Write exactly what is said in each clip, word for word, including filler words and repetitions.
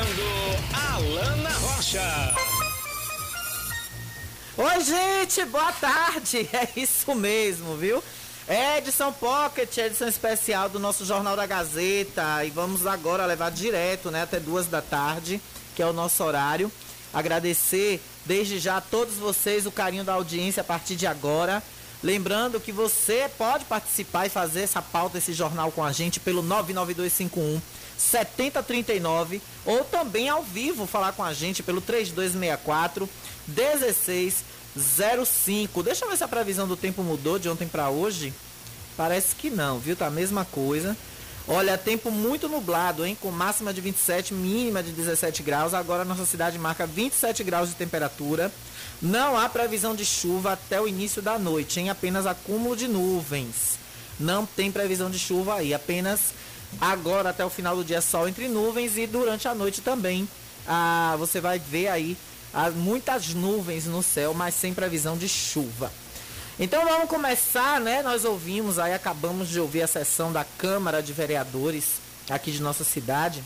apresentando Alana Rocha. Oi, gente, boa tarde. É isso mesmo, viu? É edição Pocket, edição especial do nosso Jornal da Gazeta. E vamos agora levar direto, né, até duas da tarde, que é o nosso horário. Agradecer desde já a todos vocês o carinho da audiência a partir de agora. Lembrando que você pode participar e fazer essa pauta, esse jornal com a gente pelo nove nove dois cinco um sete zero três nove ou também ao vivo falar com a gente pelo três dois seis quatro um seis zero cinco. Deixa eu ver se a previsão do tempo mudou de ontem para hoje. Parece que não, viu? Tá a mesma coisa. Olha, tempo muito nublado, hein? Com máxima de vinte e sete, mínima de dezessete graus. Agora a nossa cidade marca vinte e sete graus de temperatura. Não há previsão de chuva até o início da noite, hein? Apenas acúmulo de nuvens. Não tem previsão de chuva aí, apenas agora até o final do dia sol entre nuvens e durante a noite também. Ah, você vai ver aí ah, muitas nuvens no céu, mas sem previsão de chuva. Então vamos começar, né? Nós ouvimos aí, acabamos de ouvir a sessão da Câmara de Vereadores aqui de nossa cidade.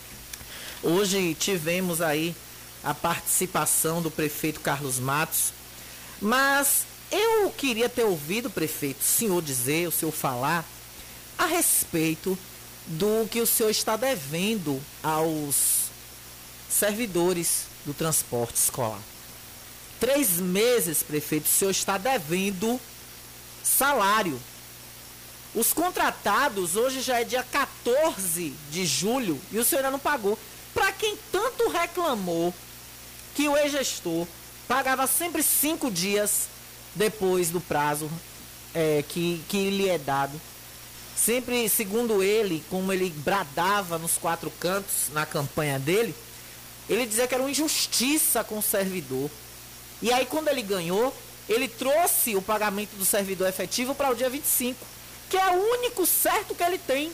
Hoje tivemos aí a participação do prefeito Carlos Matos, mas eu queria ter ouvido, prefeito, o senhor dizer, o senhor falar a respeito do que o senhor está devendo aos servidores do transporte escolar. Três meses, prefeito, o senhor está devendo salário. Os contratados, hoje já é dia quatorze de julho e o senhor ainda não pagou. Para quem tanto reclamou que o ex-gestor pagava sempre cinco dias depois do prazo é, que, que lhe é dado. Sempre, segundo ele, como ele bradava nos quatro cantos na campanha dele, ele dizia que era uma injustiça com o servidor. E aí, quando ele ganhou, ele trouxe o pagamento do servidor efetivo para o dia vinte e cinco, que é o único certo que ele tem.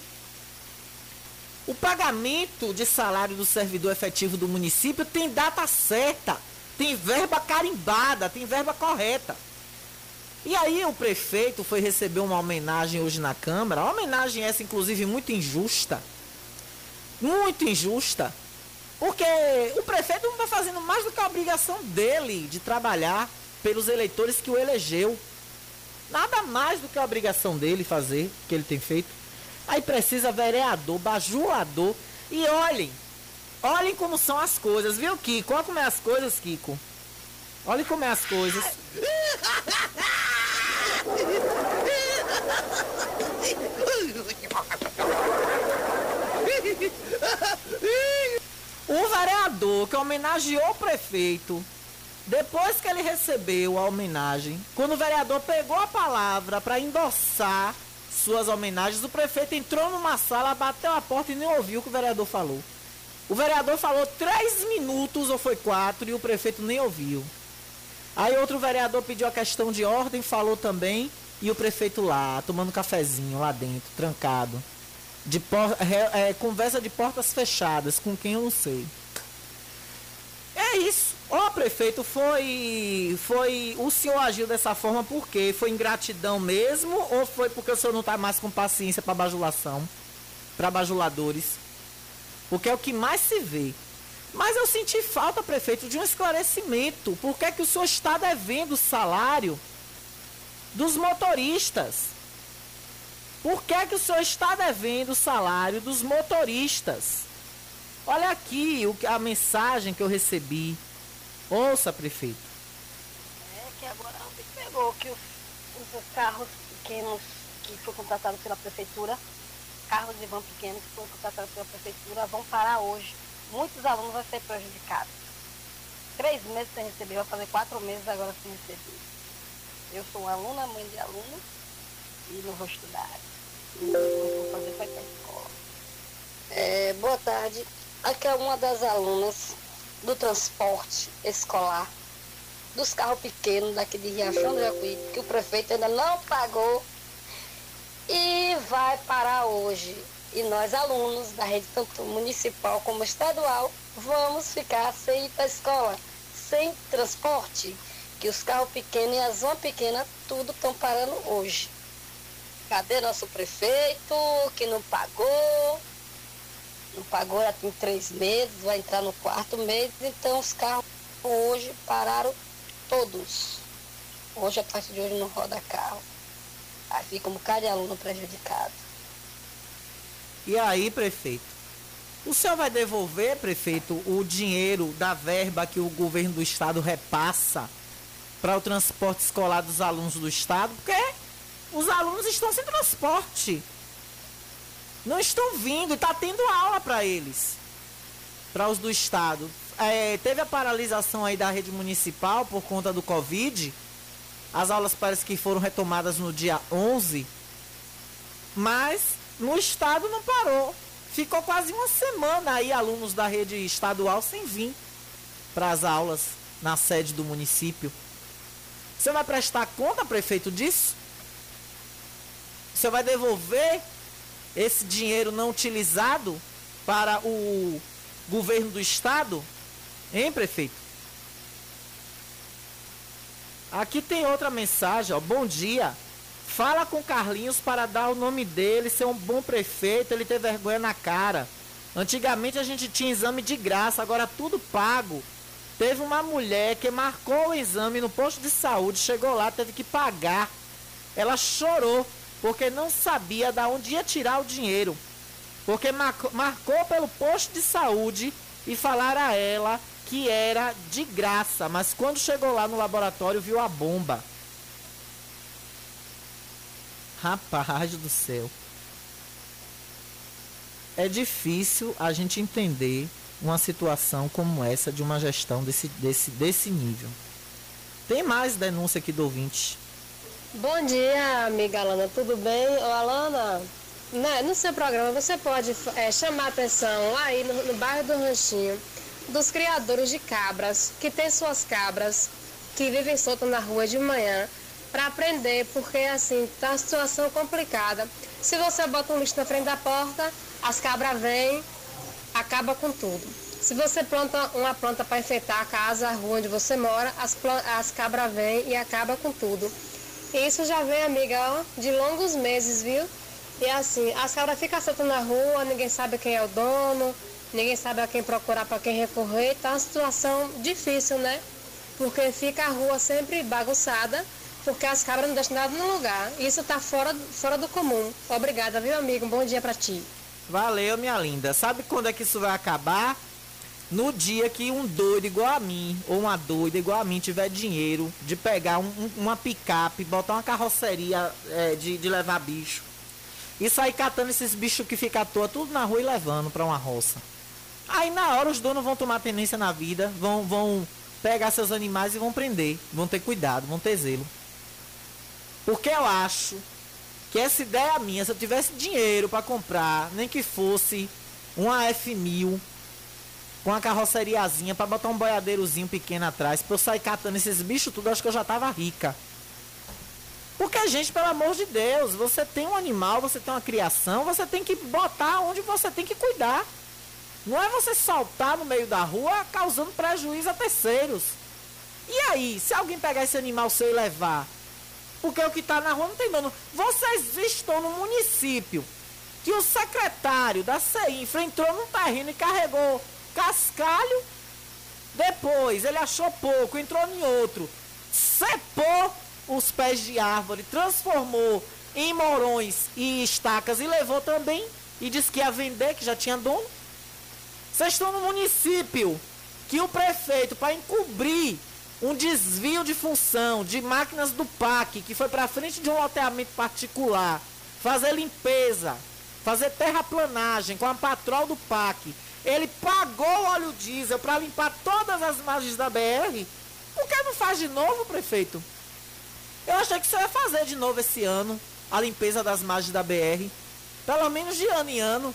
O pagamento de salário do servidor efetivo do município tem data certa, tem verba carimbada, tem verba correta. E aí o prefeito foi receber uma homenagem hoje na Câmara, uma homenagem essa inclusive muito injusta, muito injusta, porque o prefeito não está fazendo mais do que a obrigação dele de trabalhar pelos eleitores que o elegeu. Nada mais do que a obrigação dele fazer, que ele tem feito. Aí precisa vereador, bajulador. E olhem, olhem como são as coisas, viu, Kiko? Olha como é as coisas, Kiko. Olhem como é as coisas. O vereador que homenageou o prefeito, depois que ele recebeu a homenagem, quando o vereador pegou a palavra para endossar suas homenagens, o prefeito entrou numa sala, bateu a porta e nem ouviu o que o vereador falou. O vereador falou três minutos, ou foi quatro, e o prefeito nem ouviu. Aí outro vereador pediu a questão de ordem, falou também, e o prefeito lá, tomando um cafezinho lá dentro, trancado. De por, é, é, conversa de portas fechadas, com quem eu não sei. É isso. Ó, prefeito, foi, foi... O senhor agiu dessa forma por quê? Foi ingratidão mesmo ou foi porque o senhor não está mais com paciência para bajulação? Para bajuladores? Porque é o que mais se vê. Mas eu senti falta, prefeito, de um esclarecimento. Por que é que o senhor está devendo o salário dos motoristas? Por que é que o senhor está devendo o salário dos motoristas? Olha aqui o, a mensagem que eu recebi. Ouça, prefeito. É que agora ontem pegou que os, os carros pequenos que foram contratados pela prefeitura, carros de van pequenos que foram contratados pela prefeitura, vão parar hoje. Muitos alunos vão ser prejudicados. Três meses sem receber, vai fazer quatro meses agora sem receber. Eu sou uma aluna, mãe de aluno, e não vou estudar. E o que eu vou fazer foi para a escola. É, boa tarde. Aqui é uma das alunas do transporte escolar, dos carros pequenos daqui de Riachão do Jacuí, que o prefeito ainda não pagou e vai parar hoje. E nós, alunos da rede tanto municipal como estadual, vamos ficar sem ir para a escola, sem transporte, que os carros pequenos e as vans pequenas tudo estão parando hoje. Cadê nosso prefeito que não pagou? Não pagou, já tem três meses, vai entrar no quarto mês, então os carros hoje pararam todos. Hoje, a partir de hoje, não roda carro. Aí fica um bocado de aluno prejudicado. E aí, prefeito? O senhor vai devolver, prefeito, o dinheiro da verba que o governo do estado repassa para o transporte escolar dos alunos do estado? Porque os alunos estão sem transporte. Não estão vindo, está tendo aula para eles, para os do estado. É, teve a paralisação aí da rede municipal por conta do Covid. As aulas parece que foram retomadas no dia onze, mas no estado não parou. Ficou quase uma semana aí alunos da rede estadual sem vir para as aulas na sede do município. Você vai prestar conta, prefeito, disso? Você vai devolver esse dinheiro não utilizado para o governo do estado? Hein, prefeito? Aqui tem outra mensagem, ó. Bom dia. Fala com Carlinhos para dar o nome dele, ser um bom prefeito, ele ter vergonha na cara. Antigamente a gente tinha exame de graça, agora tudo pago. Teve uma mulher que marcou o exame no posto de saúde, chegou lá, teve que pagar. Ela chorou, porque não sabia de onde ia tirar o dinheiro. Porque marcou, marcou pelo posto de saúde e falaram a ela que era de graça, mas quando chegou lá no laboratório viu a bomba. Rapaz do céu. É difícil a gente entender uma situação como essa de uma gestão desse, desse, desse nível. Tem mais denúncia aqui do ouvinte. Bom dia, amiga Alana, tudo bem? Ô, Alana, né, no seu programa você pode é, chamar a atenção lá aí no, no bairro do Ranchinho dos criadores de cabras, que tem suas cabras que vivem soltas na rua de manhã, para aprender, porque assim, tá uma situação complicada. Se você bota um lixo na frente da porta, as cabras vêm, acaba com tudo. Se você planta uma planta para enfeitar a casa, a rua onde você mora, as, as cabras vêm e acaba com tudo. E isso já vem, amiga, ó, de longos meses, viu? E assim, as cabras ficam soltas na rua, ninguém sabe quem é o dono, ninguém sabe a quem procurar, para quem recorrer. Tá uma situação difícil, né? Porque fica a rua sempre bagunçada, porque as cabras não deixam nada no lugar. Isso tá fora, fora do comum. Obrigada, viu, amigo? Um bom dia pra ti. Valeu, minha linda. Sabe quando é que isso vai acabar? No dia que um doido igual a mim, ou uma doida igual a mim, tiver dinheiro de pegar um, um, uma picape, botar uma carroceria é, de, de levar bicho, e sair catando esses bichos que ficam à toa, tudo na rua e levando pra uma roça. Aí na hora os donos vão tomar tenência na vida, vão, vão pegar seus animais e vão prender. Vão ter cuidado, vão ter zelo. Porque eu acho que essa ideia minha, se eu tivesse dinheiro para comprar, nem que fosse uma F mil, com uma carroceriazinha, para botar um boiadeirozinho pequeno atrás, para eu sair catando esses bichos tudo, eu acho que eu já tava rica. Porque, gente, pelo amor de Deus, você tem um animal, você tem uma criação, você tem que botar onde você tem que cuidar. Não é você saltar no meio da rua causando prejuízo a terceiros. E aí, se alguém pegar esse animal seu e levar? Porque o que está na rua não tem dono. Vocês estão no município que o secretário da C I N F R entrou num terreno e carregou cascalho. Depois ele achou pouco, entrou em outro, cepou os pés de árvore, transformou em morões e estacas e levou também. E disse que ia vender, que já tinha dono. Vocês estão no município que o prefeito, para encobrir um desvio de função de máquinas do P A C, que foi para frente de um loteamento particular, fazer limpeza, fazer terraplanagem com a patrol do P A C, ele pagou o óleo diesel para limpar todas as margens da B R. Por que não faz de novo, prefeito? Eu achei que você ia fazer de novo esse ano a limpeza das margens da B R, pelo menos de ano em ano.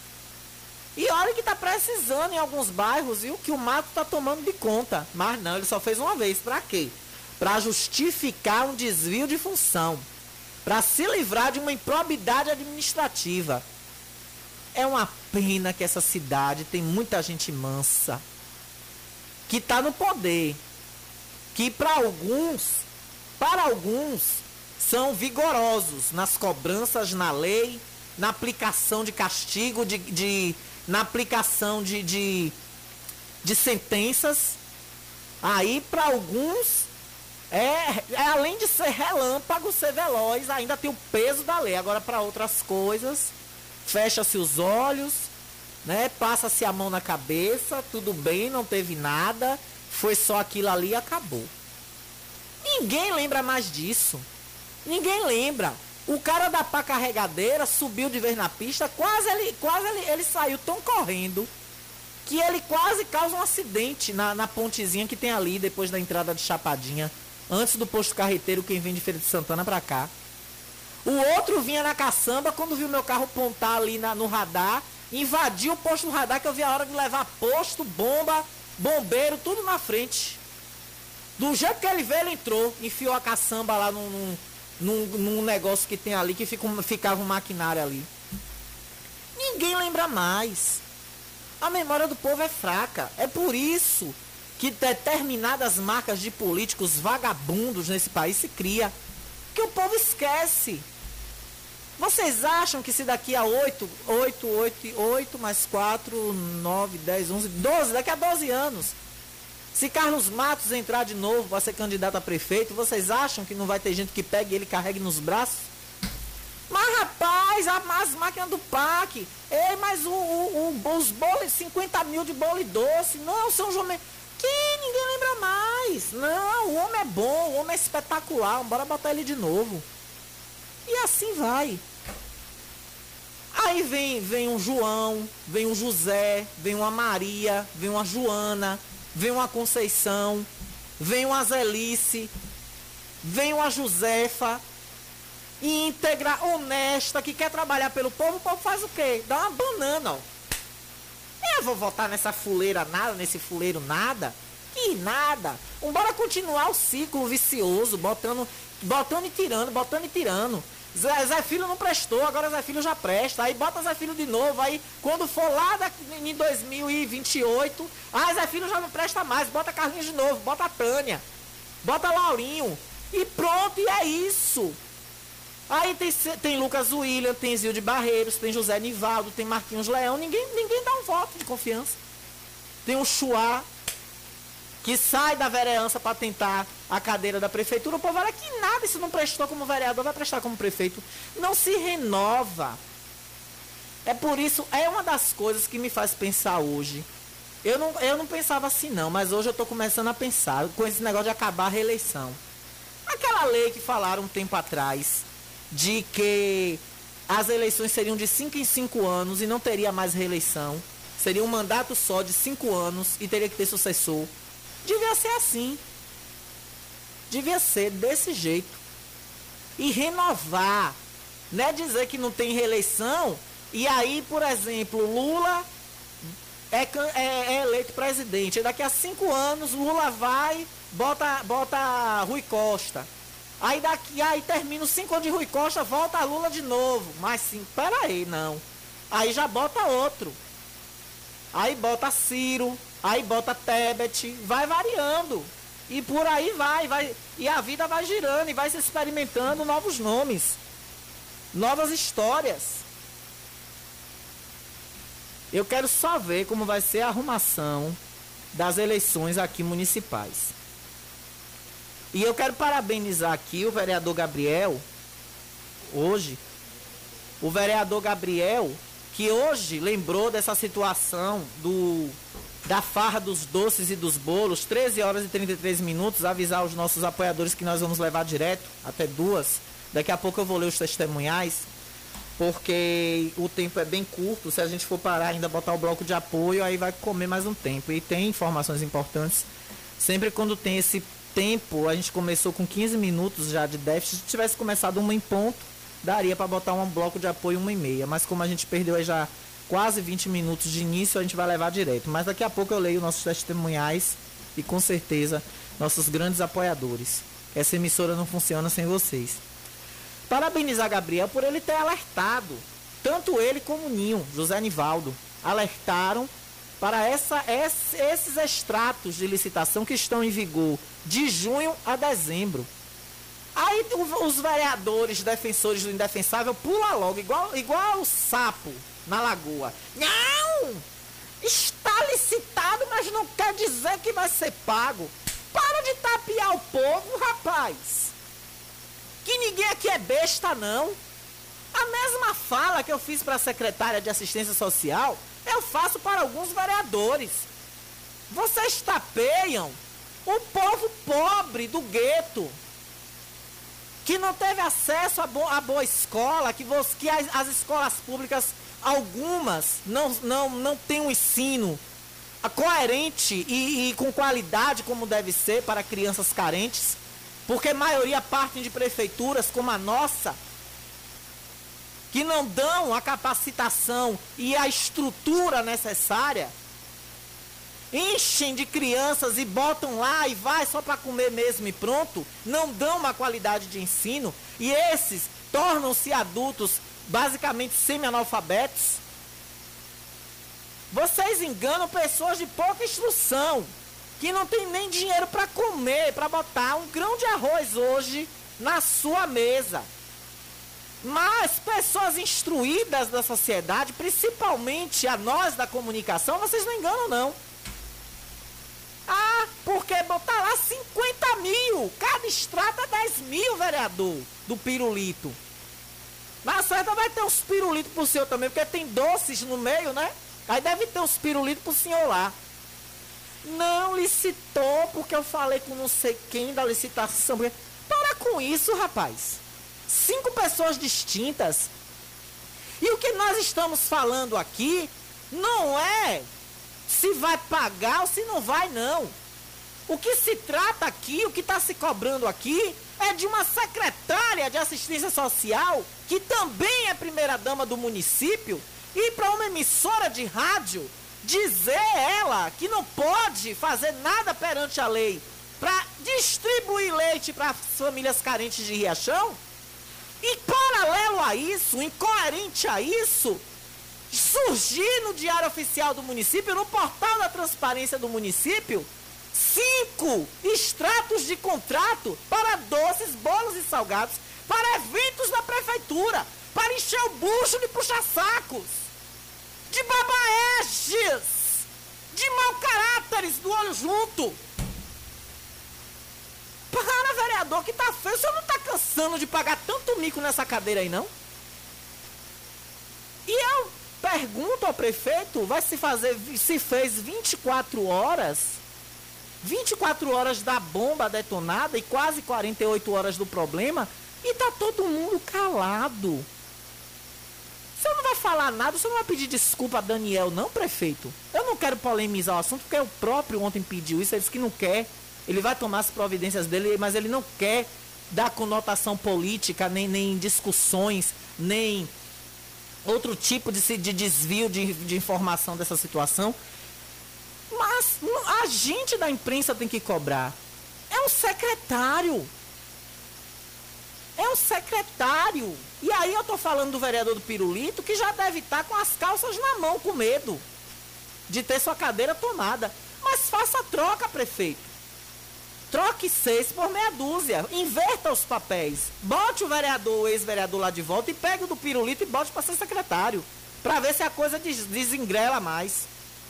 E olha que tá precisando em alguns bairros, viu? Que o mato tá tomando de conta. Mas não, ele só fez uma vez. Pra quê? Pra justificar um desvio de função. Pra se livrar de uma improbidade administrativa. É uma pena que essa cidade tem muita gente mansa. Que tá no poder. Que para alguns, para alguns, são vigorosos nas cobranças na lei, na aplicação de castigo, de... de na aplicação de, de, de sentenças. Aí, para alguns, é, é, além de ser relâmpago, ser veloz, ainda tem o peso da lei. Agora, para outras coisas, fecha-se os olhos, né? Passa-se a mão na cabeça, tudo bem, não teve nada, foi só aquilo ali e acabou. Ninguém lembra mais disso. Ninguém lembra. O cara da pá carregadeira subiu de vez na pista, quase ele, quase ele, ele saiu tão correndo que ele quase causa um acidente na, na pontezinha que tem ali, depois da entrada de Chapadinha, antes do posto carreteiro, quem vem de Feira de Santana pra cá. O outro vinha na caçamba, quando viu meu carro pontar ali na, no radar, invadiu o posto do radar, que eu vi a hora de levar posto, bomba, bombeiro, tudo na frente. Do jeito que ele veio, ele entrou, enfiou a caçamba lá num, num, num, num negócio que tem ali, que fica, ficava um maquinário ali. Ninguém lembra mais. A memória do povo é fraca. É por isso que determinadas marcas de políticos vagabundos nesse país se cria. Que o povo esquece. Vocês acham que se daqui a oito, oito, oito, oito mais quatro, nove, dez, onze, doze, daqui a doze anos, se Carlos Matos entrar de novo para ser candidato a prefeito, vocês acham que não vai ter gente que pegue ele e carregue nos braços? Mas, rapaz, as máquinas do P A C, ei, mas o, o, o, os bolos, cinquenta mil de bolo e doce, não, São João, que ninguém lembra mais. Não, o homem é bom, o homem é espetacular, bora botar ele de novo. E assim vai. Aí vem, vem um João, vem um José, vem uma Maria, vem uma Joana, vem uma Conceição, vem uma Zelice, vem uma Josefa, íntegra, honesta, que quer trabalhar pelo povo. O povo faz o quê? Dá uma banana, ó. Eu vou votar nessa fuleira nada, nesse fuleiro nada. Que nada. Bora continuar o ciclo vicioso, botando, botando e tirando, botando e tirando. Zé, Zé Filho não prestou, agora Zé Filho já presta. Aí bota Zé Filho de novo, aí quando for lá da, em dois mil e vinte e oito, ah, Zé Filho já não presta mais, bota Carlinhos de novo, bota a Tânia, bota Laurinho. E pronto, e é isso. Aí tem, tem Lucas William, tem Zilde Barreiros, tem José Nivaldo, tem Marquinhos Leão. Ninguém, ninguém dá um voto de confiança. Tem o Chuá, que sai da vereança para tentar a cadeira da prefeitura. O povo olha que nada, isso não prestou como vereador, vai prestar como prefeito. Não se renova. É por isso, é uma das coisas que me faz pensar hoje. Eu não, eu não pensava assim não, mas hoje eu estou começando a pensar com esse negócio de acabar a reeleição. Aquela lei que falaram um tempo atrás, de que as eleições seriam de cinco em cinco anos e não teria mais reeleição. Seria um mandato só de cinco anos e teria que ter sucessor. Devia ser assim. Devia ser desse jeito. E renovar. Não é dizer que não tem reeleição e aí, por exemplo, Lula é, é, é eleito presidente. E daqui a cinco anos Lula vai, bota, bota Rui Costa. Aí daqui, aí termina os cinco anos de Rui Costa, volta a Lula de novo. Mas sim, peraí, não. Aí já bota outro. Aí bota Ciro, aí bota Tebet, vai variando. E por aí vai, vai. E a vida vai girando e vai se experimentando novos nomes. Novas histórias. Eu quero só ver como vai ser a arrumação das eleições aqui municipais. E eu quero parabenizar aqui o vereador Gabriel, hoje, o vereador Gabriel, que hoje lembrou dessa situação do, da farra dos doces e dos bolos, treze horas e trinta e três minutos, avisar os nossos apoiadores que nós vamos levar direto, até duas. Daqui a pouco eu vou ler os testemunhais, porque o tempo é bem curto, se a gente for parar ainda botar o bloco de apoio, aí vai comer mais um tempo. E tem informações importantes, sempre quando tem esse tempo, a gente começou com quinze minutos já de déficit. Se tivesse começado uma em ponto, daria para botar um bloco de apoio uma e meia, mas como a gente perdeu aí já quase vinte minutos de início, a gente vai levar direto. Mas daqui a pouco eu leio nossos testemunhais e com certeza nossos grandes apoiadores. Essa emissora não funciona sem vocês. Parabenizar Gabriel por ele ter alertado, tanto ele como o Ninho, José Nivaldo, alertaram para essa, esses extratos de licitação que estão em vigor de junho a dezembro. Aí os vereadores, defensores do indefensável, pula logo, igual, igual o sapo na lagoa. Não! Não! Está licitado, mas não quer dizer que vai ser pago. Para de tapear o povo, rapaz. Que ninguém aqui é besta, não. A mesma fala que eu fiz para a secretária de Assistência Social, eu faço para alguns vereadores. Vocês tapeiam o povo pobre do gueto, que não teve acesso a, bo a boa escola, que, você, que as, as escolas públicas, algumas, não, não, não têm um ensino coerente e, e com qualidade como deve ser para crianças carentes, porque a maioria partem de prefeituras como a nossa, que não dão a capacitação e a estrutura necessária, enchem de crianças e botam lá e vai só para comer mesmo e pronto, não dão uma qualidade de ensino, e esses tornam-se adultos basicamente semi-analfabetos. Vocês enganam pessoas de pouca instrução, que não tem nem dinheiro para comer, para botar um grão de arroz hoje na sua mesa. Mas pessoas instruídas da sociedade, principalmente a nós da comunicação, vocês não enganam, não. Ah, porque botar lá cinquenta mil, cada extrato é dez mil, vereador, do pirulito. Na certa vai ter uns pirulitos pro senhor também, porque tem doces no meio, né? Aí deve ter uns pirulitos pro senhor lá. Não licitou, porque eu falei com não sei quem da licitação. Para com isso, rapaz. Cinco pessoas distintas. E o que nós estamos falando aqui não é se vai pagar ou se não vai, não. O que se trata aqui, o que está se cobrando aqui, é de uma secretária de assistência social, que também é primeira-dama do município, e para uma emissora de rádio dizer ela que não pode fazer nada perante a lei para distribuir leite para as famílias carentes de Riachão. E paralelo a isso, incoerente a isso, surgir no Diário Oficial do município, no portal da transparência do município, cinco extratos de contrato para doces, bolos e salgados, para eventos da prefeitura, para encher o bucho de puxa-sacos, de babaeges, de mau caráteres do olho junto. Para, vereador, que tá feio, o senhor não tá cansando de pagar tanto mico nessa cadeira aí, não? E eu pergunto ao prefeito, vai se fazer, se fez vinte e quatro horas, vinte e quatro horas da bomba detonada e quase quarenta e oito horas do problema, e tá todo mundo calado. O senhor não vai falar nada, o senhor não vai pedir desculpa a Daniel, não, prefeito? Eu não quero polemizar o assunto, porque o próprio ontem pediu isso, ele disse que não quer. Ele vai tomar as providências dele, mas ele não quer dar conotação política, nem, nem discussões, nem outro tipo de, de desvio de, de informação dessa situação. Mas a gente da imprensa tem que cobrar. É um secretário. É um secretário. E aí eu tô falando do vereador do Pirulito, que já deve estar com as calças na mão, com medo de ter sua cadeira tomada. Mas faça a troca, prefeito. Troque seis por meia dúzia. Inverta os papéis. Bote o vereador, o ex-vereador lá de volta e pegue o do Pirulito e bote para ser secretário. Para ver se a coisa des desengrela mais.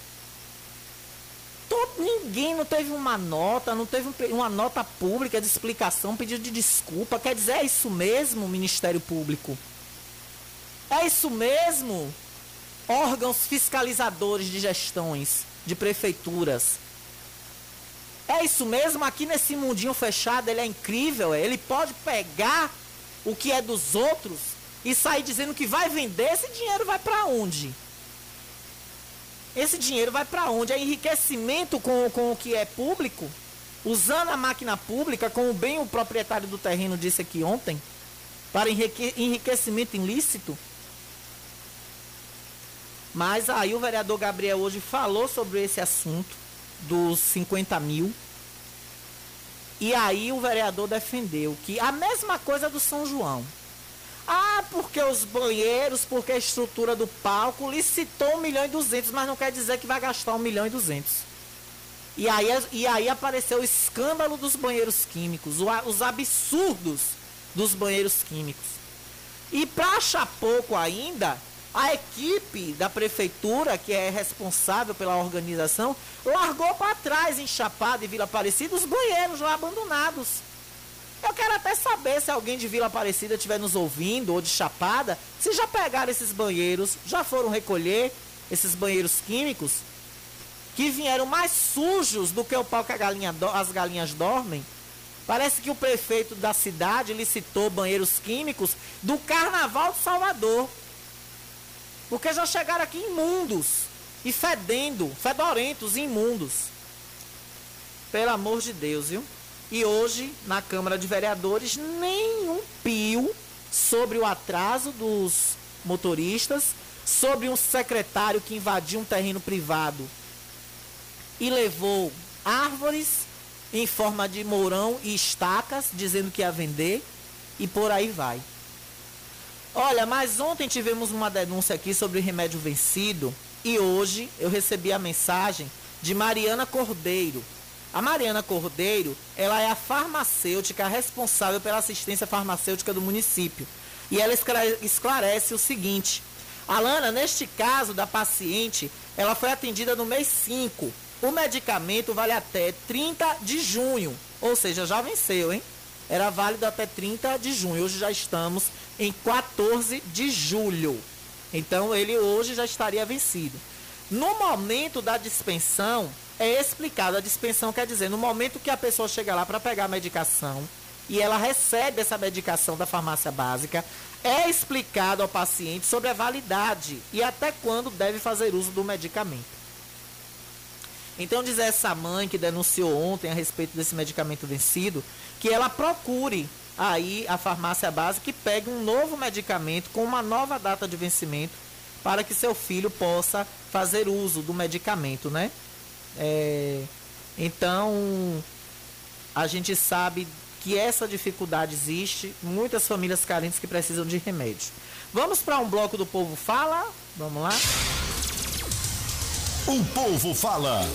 Todo, ninguém não teve uma nota, não teve um, uma nota pública de explicação, pedido de desculpa. Quer dizer, é isso mesmo, Ministério Público? É isso mesmo? Órgãos fiscalizadores de gestões, de prefeituras. É isso mesmo? Aqui nesse mundinho fechado, ele é incrível. Ele pode pegar o que é dos outros e sair dizendo que vai vender. Esse dinheiro vai para onde? Esse dinheiro vai para onde? É enriquecimento com, com o que é público? Usando a máquina pública, como bem o proprietário do terreno disse aqui ontem, para enrique, enriquecimento ilícito? Mas aí o vereador Gabriel hoje falou sobre esse assunto dos cinquenta mil. E aí o vereador defendeu que a mesma coisa do São João. Ah, porque os banheiros, porque a estrutura do palco licitou um milhão e duzentos, mas não quer dizer que vai gastar um milhão e duzentos. E aí, e aí apareceu o escândalo dos banheiros químicos, o, os absurdos dos banheiros químicos. E para achar pouco ainda, A equipe da prefeitura, que é responsável pela organização, largou para trás em Chapada e Vila Aparecida os banheiros lá abandonados. Eu quero até saber se alguém de Vila Aparecida estiver nos ouvindo, ou de Chapada, se já pegaram esses banheiros, já foram recolher esses banheiros químicos, que vieram mais sujos do que o pau que a galinha do, as galinhas dormem. Parece que o prefeito da cidade licitou banheiros químicos do Carnaval de Salvador. Porque já chegaram aqui imundos e fedendo, fedorentos, imundos. Pelo amor de Deus, viu? E hoje, na Câmara de Vereadores, nenhum pio sobre o atraso dos motoristas, sobre um secretário que invadiu um terreno privado e levou árvores em forma de mourão e estacas, dizendo que ia vender, e por aí vai. Olha, mas ontem tivemos uma denúncia aqui sobre remédio vencido, e hoje eu recebi a mensagem de Mariana Cordeiro. A Mariana Cordeiro, ela é a farmacêutica responsável pela assistência farmacêutica do município. E ela esclarece o seguinte: Alana, neste caso da paciente, ela foi atendida no mês cinco. O medicamento vale até trinta de junho, ou seja, já venceu, hein? Era válido até trinta de junho, hoje já estamos em quatorze de julho. Então, ele hoje já estaria vencido. No momento da dispensão, é explicado, a dispensão quer dizer, no momento que a pessoa chega lá para pegar a medicação e ela recebe essa medicação da farmácia básica, é explicado ao paciente sobre a validade e até quando deve fazer uso do medicamento. Então, diz essa mãe que denunciou ontem a respeito desse medicamento vencido, que ela procure aí a farmácia básica e pegue um novo medicamento com uma nova data de vencimento para que seu filho possa fazer uso do medicamento, né? É, então, a gente sabe que essa dificuldade existe, muitas famílias carentes que precisam de remédio. Vamos para um bloco do Povo Fala? Vamos lá? O Povo Fala.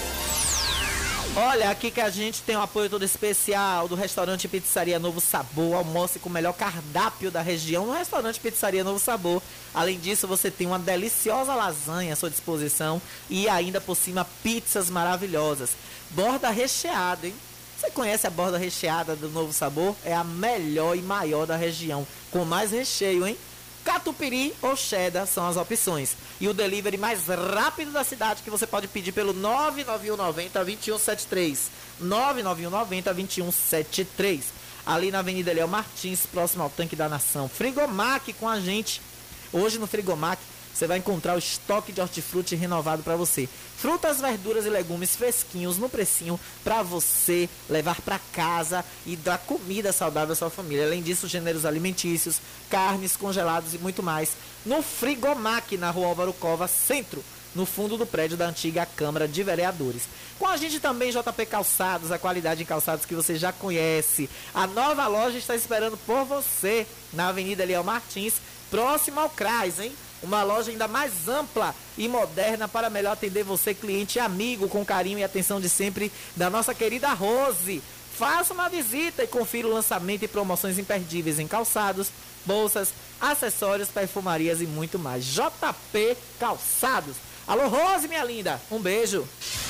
Olha, aqui que a gente tem um apoio todo especial do restaurante e Pizzaria Novo Sabor. Almoce com o melhor cardápio da região no restaurante Pizzaria Novo Sabor. Além disso, você tem uma deliciosa lasanha à sua disposição e ainda por cima pizzas maravilhosas. Borda recheada, hein? Você conhece a borda recheada do Novo Sabor? É a melhor e maior da região, com mais recheio, hein? Catupiry ou cheddar são as opções. E o delivery mais rápido da cidade que você pode pedir pelo nove nove um nove zero, dois um sete três. nove nove um nove zero, dois um sete três. Ali na Avenida Léo Martins, próximo ao Tanque da Nação. Frigomac com a gente. Hoje no Frigomac você vai encontrar o estoque de hortifruti renovado para você. Frutas, verduras e legumes fresquinhos no precinho para você levar para casa e dar comida saudável à sua família. Além disso, gêneros alimentícios, carnes, congelados e muito mais. No Frigomac, na Rua Álvaro Cova, centro, no fundo do prédio da antiga Câmara de Vereadores. Com a gente também J P Calçados, a qualidade em calçados que você já conhece. A nova loja está esperando por você na Avenida Léo Martins, próximo ao C R A S, hein? Uma loja ainda mais ampla e moderna para melhor atender você, cliente e amigo, com carinho e atenção de sempre da nossa querida Rose. Faça uma visita e confira o lançamento e promoções imperdíveis em calçados, bolsas, acessórios, perfumarias e muito mais. J P Calçados. Alô, Rose, minha linda. Um beijo.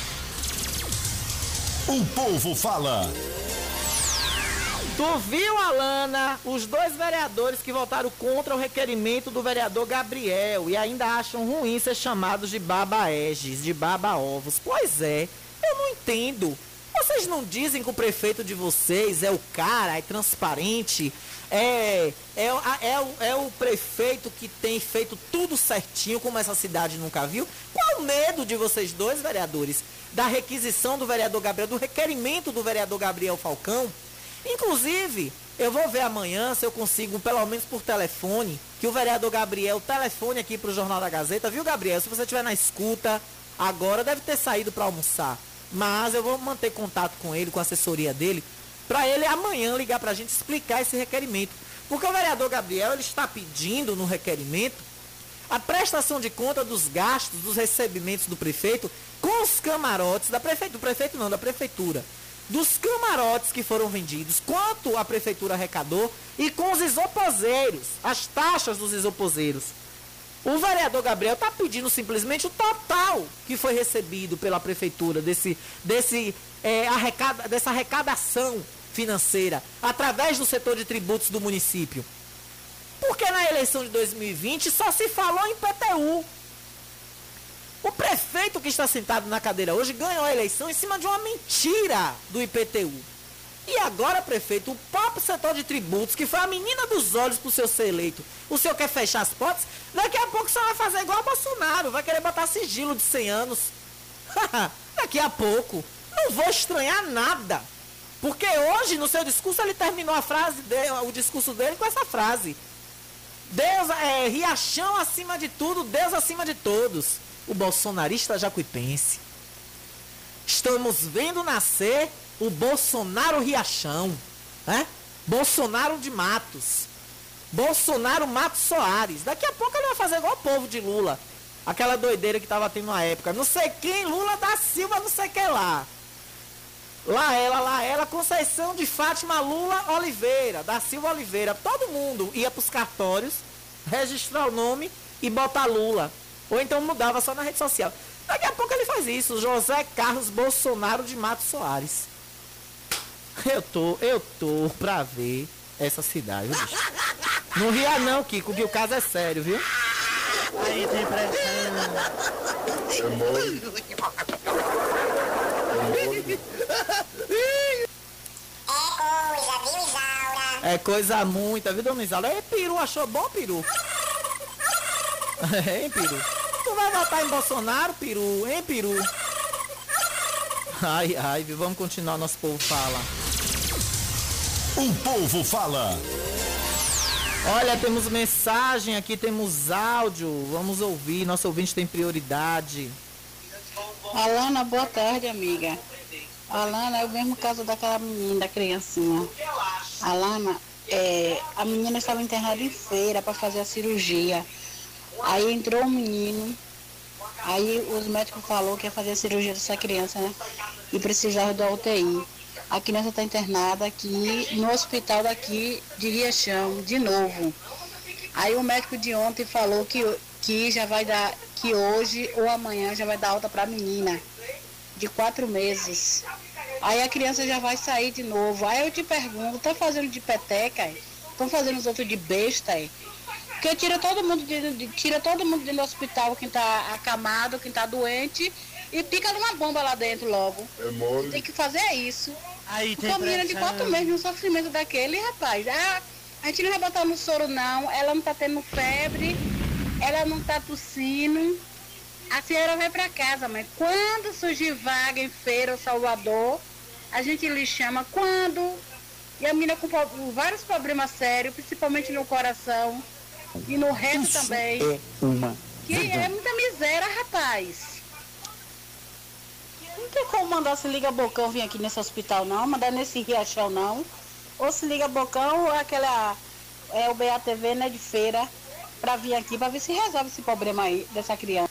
O Povo Fala. Tu viu, Alana, os dois vereadores que votaram contra o requerimento do vereador Gabriel e ainda acham ruim ser chamados de baba-egis, de baba-ovos. Pois é, eu não entendo. Vocês não dizem que o prefeito de vocês é o cara, é transparente, é, é, é, o, é o prefeito que tem feito tudo certinho, como essa cidade nunca viu? Qual o medo de vocês dois, vereadores, da requisição do vereador Gabriel, do requerimento do vereador Gabriel Falcão? Inclusive, eu vou ver amanhã se eu consigo, pelo menos por telefone, que o vereador Gabriel telefone aqui para o Jornal da Gazeta. Viu, Gabriel? Se você estiver na escuta, agora deve ter saído para almoçar. Mas eu vou manter contato com ele, com a assessoria dele, para ele amanhã ligar para a gente explicar esse requerimento. Porque o vereador Gabriel, ele está pedindo no requerimento a prestação de conta dos gastos, dos recebimentos do prefeito com os camarotes da prefeitura, do prefeito não, da prefeitura. Dos camarotes que foram vendidos, quanto a prefeitura arrecadou e com os isoposeiros, as taxas dos isoposeiros. O vereador Gabriel está pedindo simplesmente o total que foi recebido pela prefeitura desse, desse, é, arrecada, dessa arrecadação financeira através do setor de tributos do município. Porque na eleição de dois mil e vinte só se falou em P T U. O prefeito que está sentado na cadeira hoje ganhou a eleição em cima de uma mentira do I P T U. E agora, prefeito, o próprio setor de tributos, que foi a menina dos olhos para o senhor ser eleito, o senhor quer fechar as portas? Daqui a pouco o senhor vai fazer igual o Bolsonaro, vai querer botar sigilo de cem anos. Daqui a pouco. Não vou estranhar nada. Porque hoje, no seu discurso, ele terminou a frase dele, o discurso dele com essa frase. Deus, é, Riachão acima de tudo, Deus acima de todos. O bolsonarista jacuipense. Estamos vendo nascer o Bolsonaro Riachão, né? Bolsonaro de Matos, Bolsonaro Matos Soares. Daqui a pouco ele vai fazer igual o povo de Lula, aquela doideira que estava tendo na época, não sei quem, Lula da Silva, não sei quem lá. Lá ela, lá ela, Conceição de Fátima Lula Oliveira, da Silva Oliveira. Todo mundo ia para os cartórios, registrar o nome e botar Lula. Ou então mudava só na rede social. Daqui a pouco ele faz isso, José Carlos Bolsonaro de Matos Soares. Eu tô, eu tô pra ver essa cidade, viu, bicho? Não ria não, Kiko, que o caso é sério, viu? Aí tem É coisa muita, viu, dona Isaura? É, peru, achou bom, peru? É, hein, peru? Tu vai votar em Bolsonaro, peru? Hein, peru? Ai, ai, vamos continuar, nosso povo fala. O povo fala. Olha, temos mensagem aqui, temos áudio. Vamos ouvir, nosso ouvinte tem prioridade. Alana, boa tarde, amiga. Alana, é o mesmo caso daquela menina, da criancinha. Alana, é, a menina estava internada em feira para fazer a cirurgia. Aí entrou um menino, aí os médicos falaram que ia fazer a cirurgia dessa criança, né? E precisava da U T I. A criança está internada aqui no hospital daqui de Riachão, de novo. Aí o médico de ontem falou que, que já vai dar, que hoje ou amanhã já vai dar alta para a menina, de quatro meses. Aí a criança já vai sair de novo. Aí eu te pergunto, estão fazendo de peteca? Estão fazendo os outros de besta? Aí? Porque tira todo mundo de, de, tira todo mundo dentro do hospital, quem está acamado, quem está doente, e pica numa bomba lá dentro logo. É tem que fazer isso. Aí tem a menina de quatro meses no sofrimento daquele, rapaz. Ah, a gente não vai botar no soro não, ela não está tendo febre, ela não está tossindo. A senhora vai para casa, mas quando surgir vaga em Feira ou Salvador, a gente lhe chama quando. E a menina com vários problemas sérios, principalmente no coração e no resto Isso também. É uma que é muita miséria, rapaz. Não tem como mandar se liga Bocão vir aqui nesse hospital não, mandar nesse Riachão não. Ou se liga Bocão ou aquela, é o B A T V, né, de Feira, para vir aqui para ver se resolve esse problema aí dessa criança.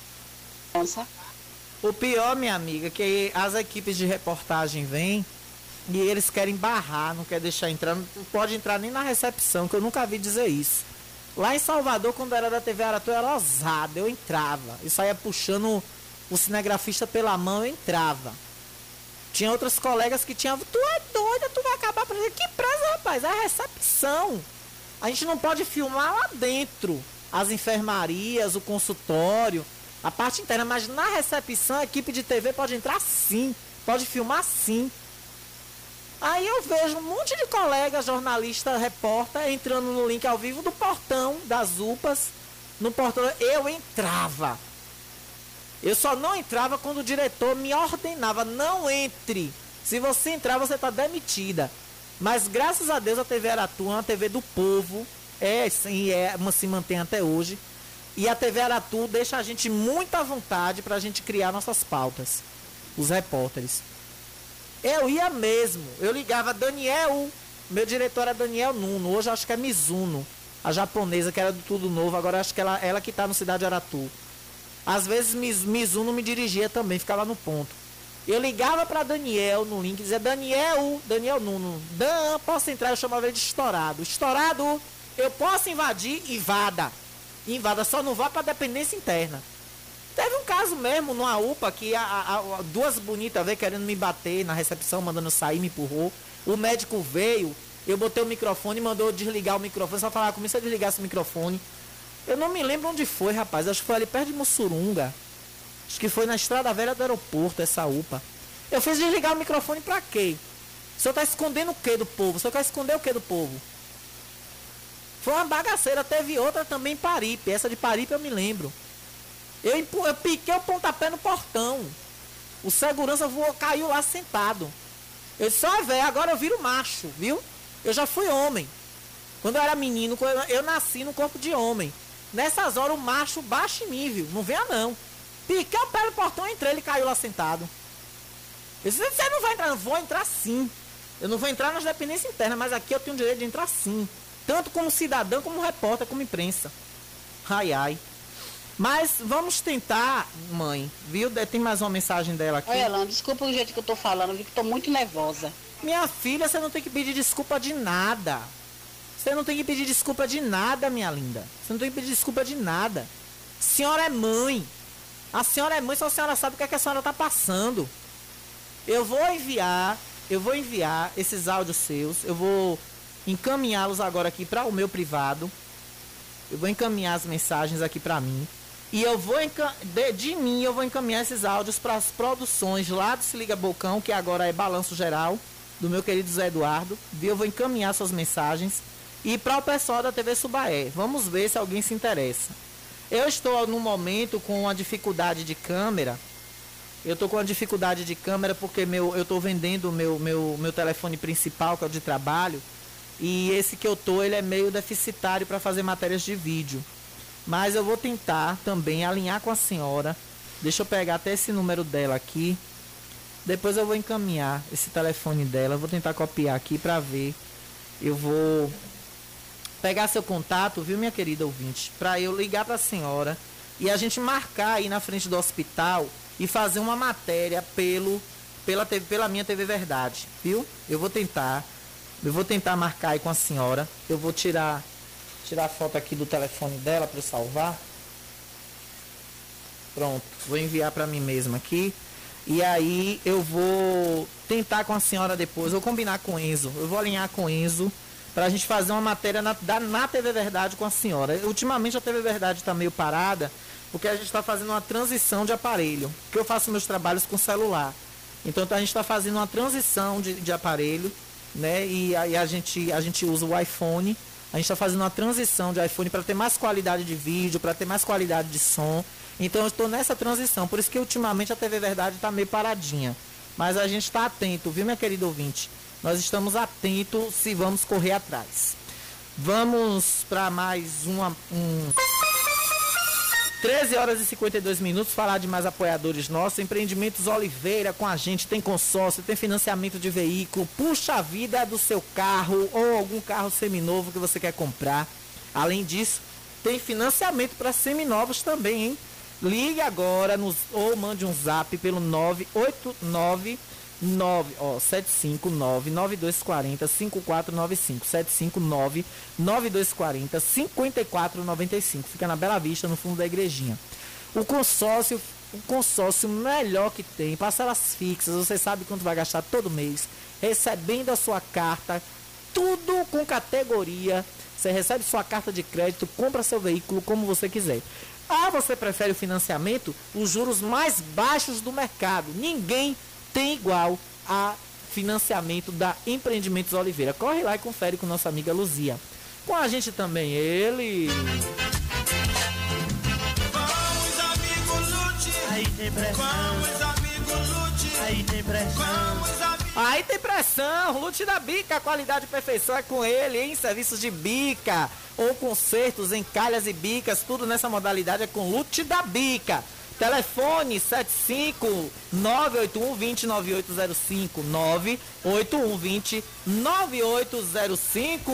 O pior, minha amiga, que as equipes de reportagem vêm e eles querem barrar, não quer deixar entrar, não pode entrar nem na recepção, que eu nunca vi dizer isso. Lá em Salvador, quando era da T V Aratu, eu era ousado, eu entrava. Eu saía puxando o cinegrafista pela mão, eu entrava. Tinha outras colegas que tinham, tu é doida, tu vai acabar presa. Que presa, rapaz? É a recepção. A gente não pode filmar lá dentro as enfermarias, o consultório, a parte interna, mas na recepção a equipe de T V pode entrar sim, pode filmar sim. Aí eu vejo um monte de colegas, jornalista, repórter, entrando no link ao vivo do portão das U P As. No portão, eu entrava. Eu só não entrava quando o diretor me ordenava, não entre. Se você entrar, você está demitida. Mas graças a Deus a T V Aratu é uma T V do povo, é sim, é, se mantém até hoje. E a T V Aratu deixa a gente muito à vontade para a gente criar nossas pautas, os repórteres. Eu ia mesmo, eu ligava Daniel, meu diretor era Daniel Nuno, hoje eu acho que é Mizuno, a japonesa que era do Tudo Novo, agora eu acho que ela, ela que está no Cidade Aratu. Às vezes Mizuno me dirigia também, ficava no ponto. Eu ligava para Daniel no link, dizia Daniel, Daniel Nuno, Dan, posso entrar? Eu chamava ele de estourado. Estourado, eu posso invadir? Invada. invada, só não vá para dependência interna. Teve um caso mesmo numa U P A que a, a, a, duas bonitas veio querendo me bater na recepção, mandando eu sair, me empurrou. O médico veio, eu botei o microfone e mandou desligar o microfone, só falar comigo se eu desligasse o microfone. Eu não me lembro onde foi, rapaz, acho que foi ali perto de Mussurunga. Acho que foi na Estrada Velha do aeroporto, essa U P A. Eu fiz desligar o microfone pra quê? O senhor tá escondendo o quê do povo? O senhor quer esconder o quê do povo? Foi uma bagaceira, teve outra também em Paripe, essa de Paripe eu me lembro. Eu, eu piquei o pontapé no portão. O segurança voou, caiu lá sentado. Eu disse, ó, velho, agora eu viro macho, viu? Eu já fui homem. Quando eu era menino, eu nasci no corpo de homem. Nessas horas o macho baixa em mim, viu? Não venha não. Piquei o pé no portão, entrei, ele caiu lá sentado. Eu disse, você não vai entrar, não. Vou entrar sim. Eu não vou entrar nas dependências internas, mas aqui eu tenho o direito de entrar sim. Tanto como cidadão, como repórter, como imprensa. Ai, ai. Mas vamos tentar, mãe, viu? Tem mais uma mensagem dela aqui. Oi, Elana, desculpa o jeito que eu tô falando, viu? Que tô muito nervosa. Minha filha, você não tem que pedir desculpa de nada. Você não tem que pedir desculpa de nada, minha linda. Você não tem que pedir desculpa de nada. A senhora é mãe. A senhora é mãe, só a senhora sabe o que, é que a senhora tá passando. Eu vou enviar, eu vou enviar esses áudios seus, eu vou encaminhá-los agora aqui para o meu privado. Eu vou encaminhar as mensagens aqui para mim. E eu vou de, de mim eu vou encaminhar esses áudios para as produções lá do Se Liga Bocão, que agora é Balanço Geral, do meu querido Zé Eduardo. Eu vou encaminhar suas mensagens. E para o pessoal da T V Subaé. Vamos ver se alguém se interessa. Eu estou no momento com uma dificuldade de câmera. Eu estou com uma dificuldade de câmera porque meu, eu estou vendendo o meu, meu, meu telefone principal, que é o de trabalho. E esse que eu tô, ele é meio deficitário para fazer matérias de vídeo. Mas eu vou tentar também alinhar com a senhora. Deixa eu pegar até esse número dela aqui. Depois eu vou encaminhar esse telefone dela. Eu vou tentar copiar aqui para ver. Eu vou pegar seu contato, viu, minha querida ouvinte? Para eu ligar para a senhora e a gente marcar aí na frente do hospital e fazer uma matéria pelo, pela, T V, pela minha T V Verdade, viu? Eu vou tentar. Eu vou tentar marcar aí com a senhora. Eu vou tirar... Tirar a foto aqui do telefone dela para eu salvar. Pronto, vou enviar para mim mesma aqui. E aí eu vou tentar com a senhora depois. Vou combinar com o Enzo. Eu vou alinhar com o Enzo para a gente fazer uma matéria na, da, na T V Verdade com a senhora. Ultimamente a T V Verdade está meio parada porque a gente está fazendo uma transição de aparelho. Porque eu faço meus trabalhos com celular. Então a gente está fazendo uma transição de, de aparelho, né? E aí a gente, a gente usa o iPhone. A gente está fazendo uma transição de iPhone para ter mais qualidade de vídeo, para ter mais qualidade de som. Então eu estou nessa transição. Por isso que ultimamente a T V Verdade está meio paradinha. Mas a gente está atento, viu, minha querida ouvinte? Nós estamos atentos se vamos correr atrás. Vamos para mais uma... Um... treze horas e cinquenta e dois minutos, falar de mais apoiadores nossos. Empreendimentos Oliveira com a gente, tem consórcio, tem financiamento de veículo, puxa a vida do seu carro ou algum carro seminovo que você quer comprar. Além disso, tem financiamento para seminovos também, hein? Ligue agora nos, ou mande um zap pelo nove oito nove nove, ó, sete cinco nove, nove dois quatro zero, cinco quatro nove cinco, sete cinco nove, nove dois quatro zero, cinco quatro nove cinco. Fica na Bela Vista, no fundo da igrejinha. O consórcio, o consórcio melhor que tem, parcelas fixas, você sabe quanto vai gastar todo mês, recebendo a sua carta, tudo com categoria. Você recebe sua carta de crédito, compra seu veículo como você quiser. Ah, você prefere o financiamento? Os juros mais baixos do mercado. Ninguém tem igual a financiamento da Empreendimentos Oliveira. Corre lá e confere com nossa amiga Luzia. Com a gente também ele... Vamos, amigo Lute. Aí tem pressão. Vamos, amigo Lute. Aí tem pressão. Vamos, amigo. Aí tem pressão, Lute da Bica, qualidade e perfeição é com ele, em serviços de bica ou consertos em calhas e bicas, tudo nessa modalidade é com Lute da Bica. Telefone sete cinco nove oito um dois zero nove oito zero cinco, nove oito um dois zero nove oito zero cinco.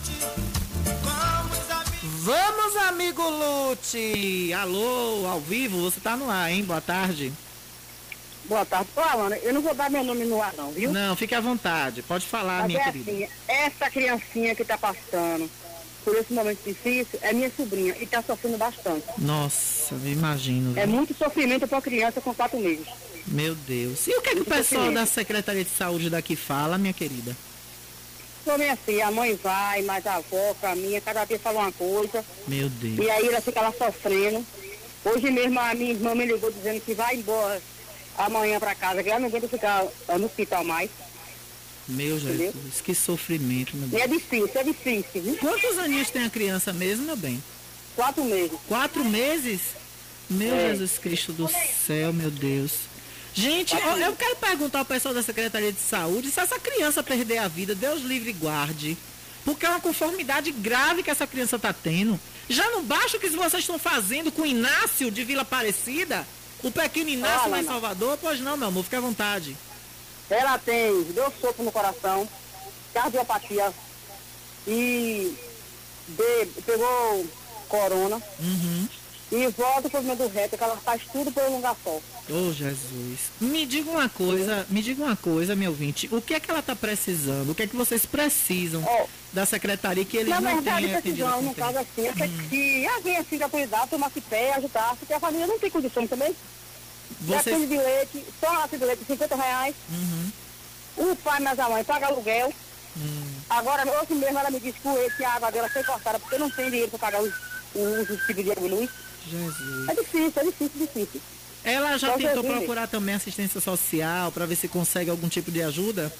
Vamos, amigo Lute! Alô, ao vivo, você tá no ar, hein? Boa tarde. Boa tarde. Ô, Alana, eu não vou dar meu nome no ar, não, viu? Não, fique à vontade, pode falar, Mas minha é querida. assim, essa criancinha que tá passando, por esse momento difícil é minha sobrinha e está sofrendo bastante. Nossa, eu imagino. É viu? muito sofrimento para uma criança com quatro meses. Meu Deus. E o que, é que o Muito pessoal sofrimento. da Secretaria de Saúde daqui fala, minha querida? Também assim, a mãe vai, mas a avó, pra mim, cada dia fala uma coisa. Meu Deus. E aí ela fica lá sofrendo. Hoje mesmo a minha irmã me ligou dizendo que vai embora amanhã pra casa, que ela não aguenta ficar ah, no hospital mais. Meu Entendeu? Jesus, que sofrimento, meu E Deus. é difícil, é difícil, viu? Quantos aninhos tem a criança mesmo, meu bem? Quatro meses. Quatro meses? Meu É. Jesus Cristo do céu, meu Deus. Gente, eu, eu quero perguntar ao pessoal da Secretaria de Saúde se essa criança perder a vida, Deus livre e guarde. Porque é uma conformidade grave que essa criança está tendo. Já não basta o que vocês estão fazendo com o Inácio de Vila Aparecida? O pequeno Inácio Ah, lá em não. Salvador? Pois não, meu amor, fique à vontade. Ela tem dois sopros no coração, cardiopatia e de, pegou corona Uhum. e volta pro meio do reto, que ela faz tudo por um lugar só. Ô, Jesus. Me diga uma coisa, me diga uma coisa, meu ouvinte. O que é que ela está precisando? O que é que vocês precisam Ó, da secretaria que eles Na não verdade, têm atendido? precisamos, com no caso tempo? assim, é que se alguém assim da autoridade tomasse pé, ajudasse, porque a família não tem condições também. Vocês... Depende de leite, só a lata de leite, cinquenta reais. Uhum. O pai, mas a mãe, paga aluguel. Hum. Agora, hoje mesmo ela me disse que o leite e a água dela foi cortada, porque não tem dinheiro para pagar os, os, os tipos de água e luz. Jesus. É difícil, é difícil, difícil. Ela já Só tentou Jesus. procurar também assistência social para ver se consegue algum tipo de ajuda?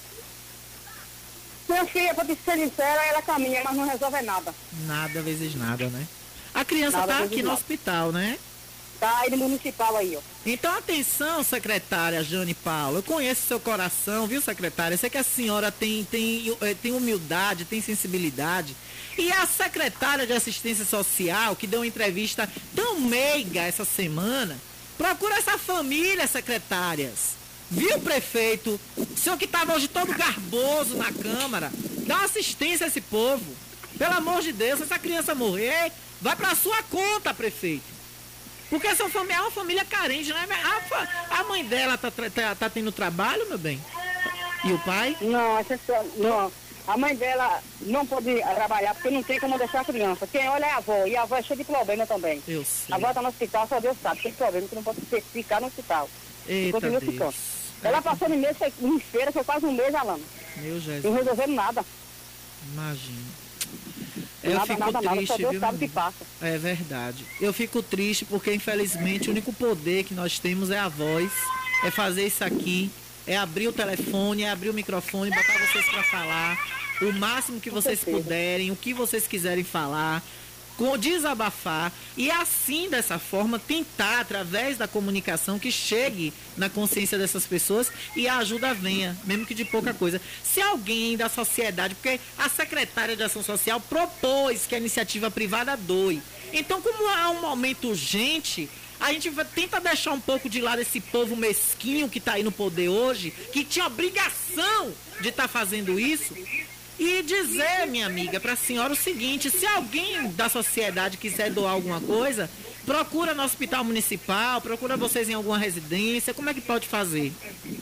Minha filha, para ser sincera, ela caminha, mas não resolve nada. Nada vezes nada, né? A criança Nada tá vezes aqui no nada. hospital, né? Tá aí no municipal aí, ó. Então, atenção, secretária Jane Paula. Eu conheço seu coração, viu, secretária? Eu sei que a senhora tem, tem, eh, tem humildade, tem sensibilidade. E a secretária de Assistência Social, que deu uma entrevista tão meiga essa semana, procura essa família, secretárias. Viu, prefeito? O senhor que estava hoje todo garboso na Câmara, dá uma assistência a esse povo. Pelo amor de Deus, se essa criança morrer, vai pra sua conta, prefeito. Porque essa família é uma família carente, né? A, fa- a mãe dela tá, tra- tá, tá tendo trabalho, meu bem? E o pai? Não, essa só- não. A mãe dela não pode trabalhar porque não tem como deixar a criança. Quem olha é a avó, e a avó é cheia de problema também. Eu sei. A avó está no hospital, só Deus sabe, tem problema que não pode ser- ficar no hospital. Eita Continua Deus. ficando. Ela passou em mês, foi- em feira, foi quase um mês, Alana. Meu Jesus, Não resolvendo nada. imagina. Eu nada, fico nada, nada, triste, só Deus viu, sabe o meu que passa. É verdade. Eu fico triste porque, infelizmente, o único poder que nós temos é a voz, é fazer isso aqui, é abrir o telefone, é abrir o microfone, botar vocês para falar, o máximo que vocês certeza. puderem, o que vocês quiserem falar, com- desabafar e assim, dessa forma, tentar, através da comunicação, que chegue na consciência dessas pessoas e a ajuda venha, mesmo que de pouca coisa. Se alguém da sociedade, porque a secretária de Ação Social propôs que a iniciativa privada doe. Então, como há um momento urgente, a gente vai- tenta deixar um pouco de lado esse povo mesquinho que está aí no poder hoje, que tinha obrigação de estar fazendo isso. E dizer, minha amiga, para a senhora o seguinte: se alguém da sociedade quiser doar alguma coisa, procura no hospital municipal, procura vocês em alguma residência, como é que pode fazer?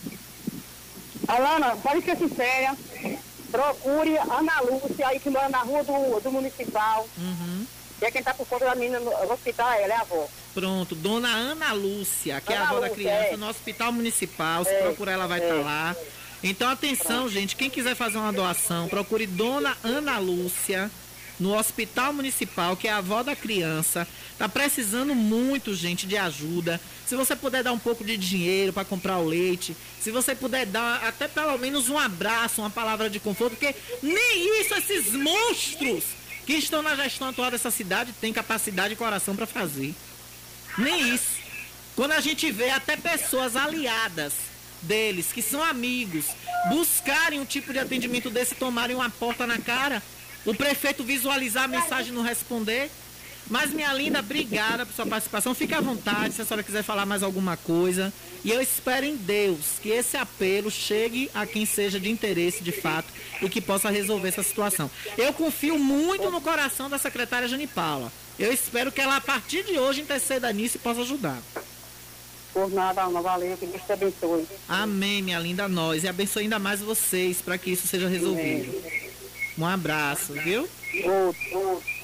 Alana, pode ser sincera, procure a Ana Lúcia, aí que mora na rua do, do municipal. Uhum. E é quem está por conta da menina no, no hospital, ela é a avó. Pronto, dona Ana Lúcia, que é a Ana avó da Lúcia, criança, é. no hospital municipal, se É, procurar ela vai estar é. lá. Então, atenção, gente, quem quiser fazer uma doação, procure dona Ana Lúcia no hospital municipal, que é a avó da criança. Tá precisando muito, gente, de ajuda. Se você puder dar um pouco de dinheiro para comprar o leite, se você puder dar até pelo menos um abraço, uma palavra de conforto, porque nem isso esses monstros que estão na gestão atual dessa cidade têm capacidade e coração para fazer. Nem isso. Quando a gente vê até pessoas aliadas deles, que são amigos, buscarem um tipo de atendimento desse, tomarem uma porta na cara, o prefeito visualizar a mensagem e não responder. Mas, minha linda, obrigada por sua participação. Fique à vontade se a senhora quiser falar mais alguma coisa. E eu espero em Deus que esse apelo chegue a quem seja de interesse, de fato, e que possa resolver essa situação. Eu confio muito no coração da secretária Jane Paula. Eu espero que ela, a partir de hoje, interceda nisso e possa ajudar. Por nada, Alana, valeu, que Deus te abençoe. Amém, minha linda, nós. E abençoe ainda mais vocês para que isso seja resolvido. Um abraço, viu? Outro, outro.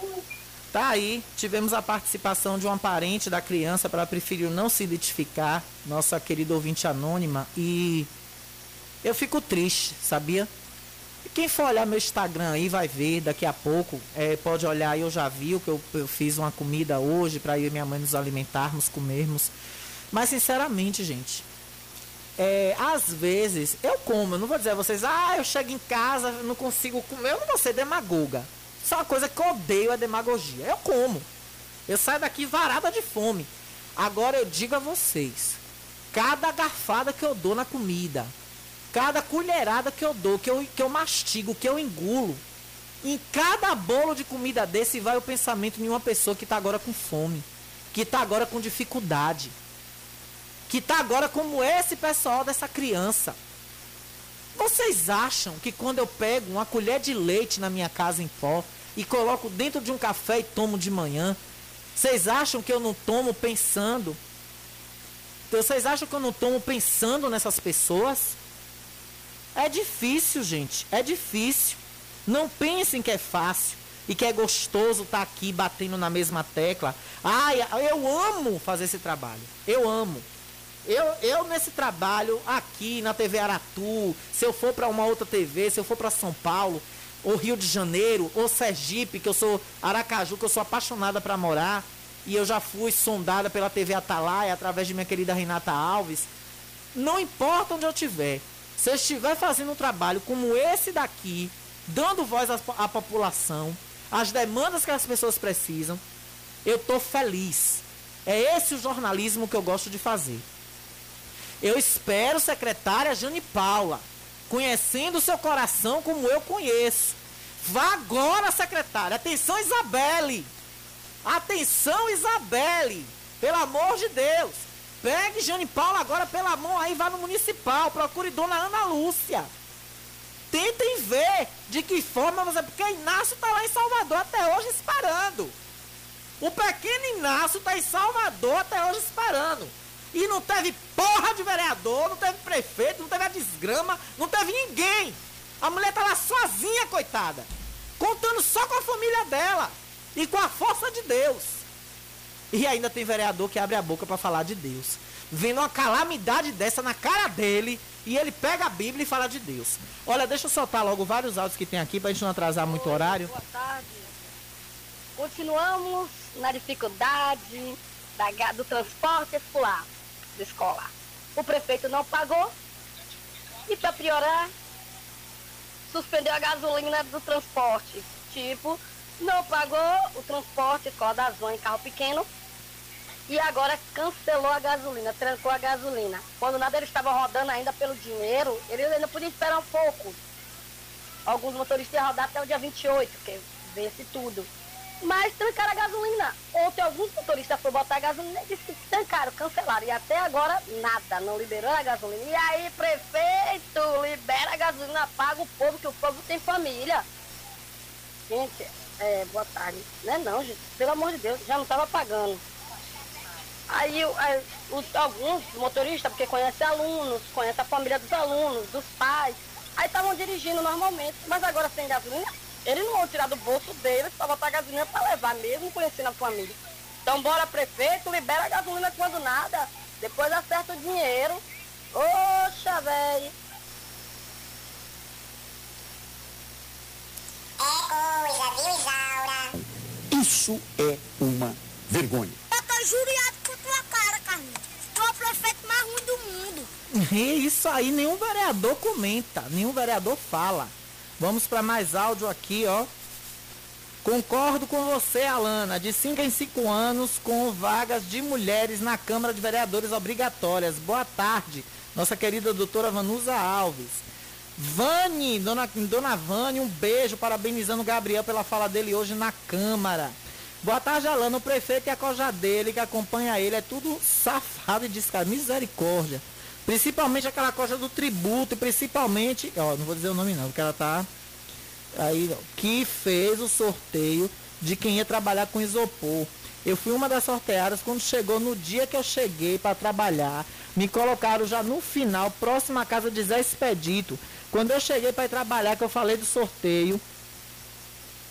Tá aí, tivemos a participação de uma parente da criança, para preferiu não se identificar, nossa querida ouvinte anônima, e eu fico triste, sabia? E quem for olhar meu Instagram aí vai ver daqui a pouco, é, pode olhar, eu já vi que eu, eu fiz uma comida hoje para eu e minha mãe nos alimentarmos, comermos, mas sinceramente, gente, é, às vezes eu como, eu não vou dizer a vocês, ah, eu chego em casa, não consigo comer, eu não vou ser demagoga. Isso é uma coisa que eu odeio, é demagogia. Eu como. Eu saio daqui varada de fome. Agora eu digo a vocês, cada garfada que eu dou na comida, cada colherada que eu dou, que eu, que eu mastigo, que eu engulo, em cada bolo de comida desse vai o pensamento de uma pessoa que está agora com fome, que está agora com dificuldade, que está agora como esse pessoal dessa criança. Vocês acham que quando eu pego uma colher de leite na minha casa em pó e coloco dentro de um café e tomo de manhã, vocês acham que eu não tomo pensando? Vocês acham que eu não tomo pensando nessas pessoas? É difícil, gente, é difícil. Não pensem que é fácil e que é gostoso estar aqui batendo na mesma tecla. Ai, eu amo fazer esse trabalho, eu amo. Eu, eu nesse trabalho aqui na T V Aratu, se eu for para uma outra T V, se eu for para São Paulo, ou Rio de Janeiro, ou Sergipe, que eu sou Aracaju, que eu sou apaixonada para morar, e eu já fui sondada pela T V Atalaia, através de minha querida Renata Alves, não importa onde eu estiver, se eu estiver fazendo um trabalho como esse daqui, dando voz à, à população, às demandas que as pessoas precisam, eu estou feliz. É esse o jornalismo que eu gosto de fazer. Eu espero, secretária Jane Paula, conhecendo o seu coração como eu conheço. Vá agora, secretária. Atenção, Isabelle. Atenção, Isabelle. Pelo amor de Deus. Pegue Jane Paula agora pela mão aí, vá no municipal. Procure dona Ana Lúcia. Tentem ver de que forma você... Porque o Inácio está lá em Salvador até hoje esperando. O pequeno Inácio está em Salvador até hoje esperando. E não teve porra de vereador, não teve prefeito, não teve a desgrama, não teve ninguém. A mulher tá lá sozinha, coitada. Contando só com a família dela. E com a força de Deus. E ainda tem vereador que abre a boca para falar de Deus. Vendo uma calamidade dessa na cara dele, e ele pega a Bíblia e fala de Deus. Olha, deixa eu soltar logo vários áudios que tem aqui pra gente não atrasar muito o horário. Boa tarde. Continuamos na dificuldade da, do transporte escolar. Da escola. O prefeito não pagou e, para piorar, suspendeu a gasolina do transporte. Tipo, não pagou o transporte escola da zona em carro pequeno e agora cancelou a gasolina, trancou a gasolina. Quando nada, eles estavam rodando ainda pelo dinheiro, eles ainda podiam esperar um pouco. Alguns motoristas iam rodar até o dia vinte e oito, que vence tudo. Mas trancaram a gasolina. Ontem alguns motoristas foram botar a gasolina e disseram que trancaram, cancelaram. E até agora nada, não liberou a gasolina. E aí, prefeito, libera a gasolina, paga o povo, que o povo tem família. Gente, é, boa tarde. Não é não, gente, pelo amor de Deus, já não estava pagando. Aí, aí os, alguns motoristas, porque conhecem alunos, conhecem a família dos alunos, dos pais, aí estavam dirigindo normalmente, mas agora sem gasolina, eles não vão tirar do bolso deles para botar gasolina para levar, mesmo conhecendo a família. Então, bora, prefeito, libera a gasolina quando nada, depois acerta o dinheiro. Oxa, velho. É coisa, viu, Isaura? Isso é uma vergonha. Eu tô juriado com tua cara, Carlinhos. Tu é o prefeito mais ruim do mundo. É isso aí, nenhum vereador comenta, nenhum vereador fala. Vamos para mais áudio aqui, ó. Concordo com você, Alana, de cinco em cinco anos com vagas de mulheres na Câmara de Vereadores obrigatórias. Boa tarde, nossa querida doutora Vanusa Alves. Vani, dona, dona Vani, um beijo, parabenizando o Gabriel pela fala dele hoje na Câmara. Boa tarde, Alana, o prefeito e a coja dele que acompanha ele, é tudo safado e descarado, misericórdia. Principalmente aquela coisa do tributo, e principalmente, ó, não vou dizer o nome não, porque ela tá aí, ó, que fez o sorteio de quem ia trabalhar com isopor. Eu fui uma das sorteadas, quando chegou no dia que eu cheguei para trabalhar, me colocaram já no final, próximo à casa de Zé Expedito. Quando eu cheguei para ir trabalhar, que eu falei do sorteio,